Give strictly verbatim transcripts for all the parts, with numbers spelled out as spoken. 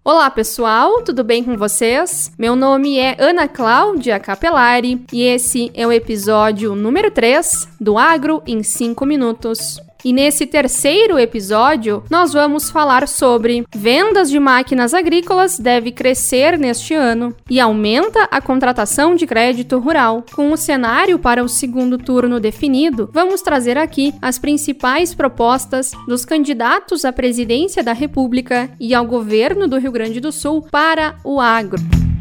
Olá pessoal, tudo bem com vocês? Meu nome é Ana Cláudia Capelari e esse é o episódio número três do Agro em cinco minutos. E nesse terceiro episódio, nós vamos falar sobre vendas de máquinas agrícolas deve crescer neste ano e aumenta a contratação de crédito rural. Com o cenário para o segundo turno definido, vamos trazer aqui as principais propostas dos candidatos à presidência da República e ao governo do Rio Grande do Sul para o agro.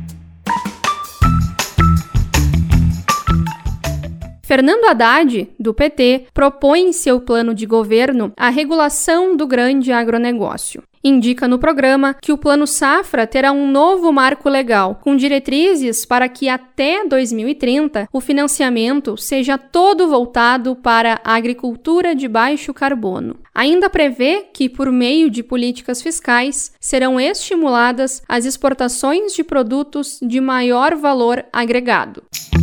Fernando Haddad, do P T, propõe em seu plano de governo a regulação do grande agronegócio. Indica no programa que o Plano Safra terá um novo marco legal, com diretrizes para que até dois mil e trinta o financiamento seja todo voltado para a agricultura de baixo carbono. Ainda prevê que, por meio de políticas fiscais, serão estimuladas as exportações de produtos de maior valor agregado.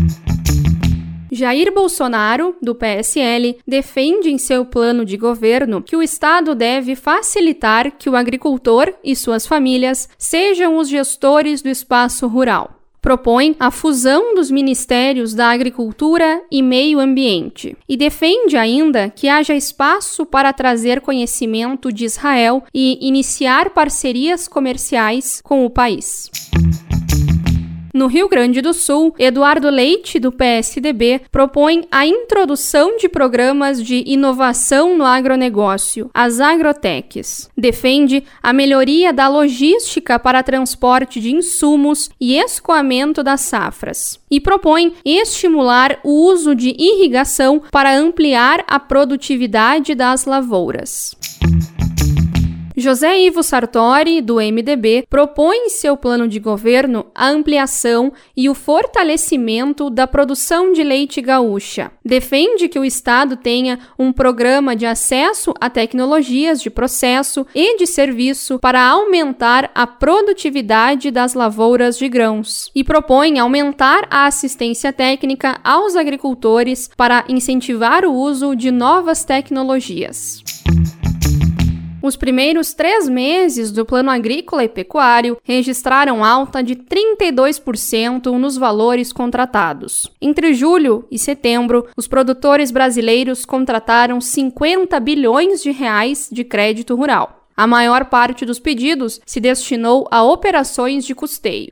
Jair Bolsonaro, do P S L, defende em seu plano de governo que o Estado deve facilitar que o agricultor e suas famílias sejam os gestores do espaço rural. Propõe a fusão dos Ministérios da Agricultura e Meio Ambiente e defende ainda que haja espaço para trazer conhecimento de Israel e iniciar parcerias comerciais com o país. No Rio Grande do Sul, Eduardo Leite, do P S D B, propõe a introdução de programas de inovação no agronegócio, as agrotechs. Defende a melhoria da logística para transporte de insumos e escoamento das safras. E propõe estimular o uso de irrigação para ampliar a produtividade das lavouras. José Ivo Sartori, do M D B, propõe em seu plano de governo a ampliação e o fortalecimento da produção de leite gaúcha. Defende que o Estado tenha um programa de acesso a tecnologias de processo e de serviço para aumentar a produtividade das lavouras de grãos. E propõe aumentar a assistência técnica aos agricultores para incentivar o uso de novas tecnologias. Os primeiros três meses do Plano Agrícola e Pecuário registraram alta de trinta e dois por cento nos valores contratados. Entre julho e setembro, os produtores brasileiros contrataram cinquenta bilhões de reais de crédito rural. A maior parte dos pedidos se destinou a operações de custeio.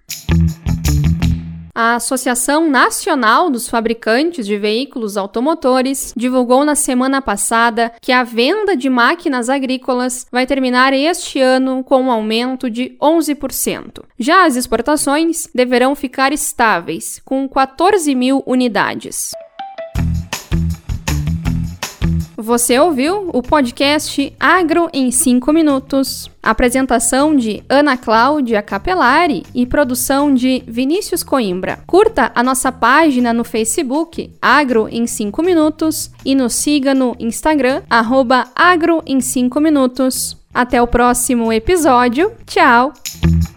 A Associação Nacional dos Fabricantes de Veículos Automotores divulgou na semana passada que a venda de máquinas agrícolas vai terminar este ano com um aumento de onze por cento. Já as exportações deverão ficar estáveis, com quatorze mil unidades. Você ouviu o podcast Agro em cinco minutos. Apresentação de Ana Cláudia Capelari e produção de Vinícius Coimbra. Curta a nossa página no Facebook Agro em cinco minutos e nos siga no Instagram arroba Agro em cinco minutos. Até o próximo episódio. Tchau!